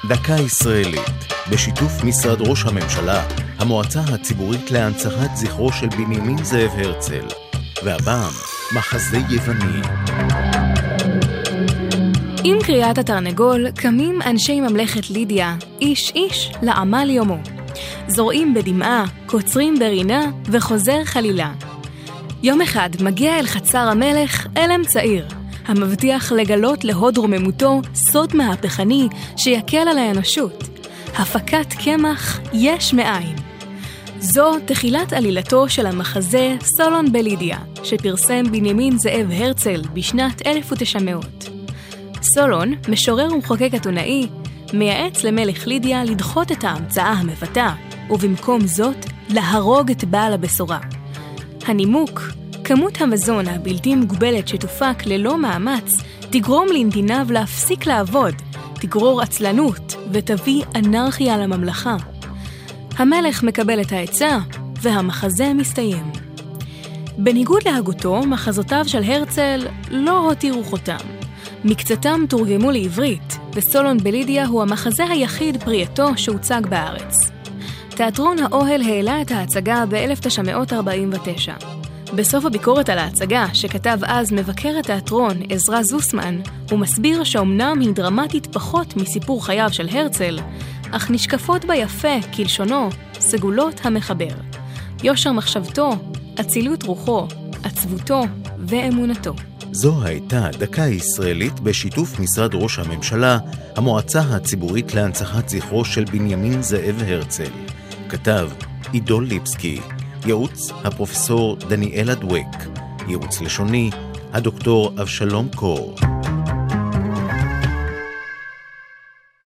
דקה ישראלית, בשיתוף משרד ראש הממשלה, המועצה הציבורית להנצחת זכרו של בנימין זאב הרצל, והפעם מחזה יווני. עם קריאת התרנגול קמים אנשי ממלכת לידיה, איש איש לעמל יומו. זורעים בדמעה, קוצרים ברינה וחוזר חלילה. יום אחד מגיע אל חצר המלך אלם צעיר, המבטיח לגלות להוד רוממותו סוד מהפכני שיקל על האנושות. הפקת קמח יש מאין. זו תחילת עלילתו של המחזה סולון בלידיה, שפרסם בנימין זאב הרצל בשנת 1900. סולון, משורר ומחוקק אתונאי, מייעץ למלך לידיה לדחות את ההמצאה המבטא, ובמקום זאת להרוג את בעל הבשורה. הנימוק, כמות המזון הבלתי מוגבלת שתופק ללא מאמץ, תגרום לנתיניו להפסיק לעבוד, תגרור עצלנות ותביא אנרכיה לממלכה. המלך מקבל את העצה, והמחזה מסתיים. בניגוד להגותו, מחזותיו של הרצל לא הותירו חותם. מקצתם תורגמו לעברית, וסולון בלידיה הוא המחזה היחיד פרייתו שהוצג בארץ. תיאטרון האוהל העלה את ההצגה ב-1949. בסוף הביקורת על ההצגה, שכתב אז מבקר התיאטרון עזרא זוסמן, הוא מסביר שאומנם היא דרמטית פחות מסיפור חייו של הרצל, אך נשקפות בה יפה, כלשונו, סגולות המחבר. יושר מחשבתו, אצילות רוחו, עצבותו ואמונתו. זו הייתה דקה ישראלית בשיתוף משרד ראש הממשלה, המועצה הציבורית להנצחת זכרו של בנימין זאב הרצל. כתב עידו ליפסקי, ייעוץ הפרופסור דניאל אדוויק, ייעוץ לשוני הדוקטור אבשלום קור.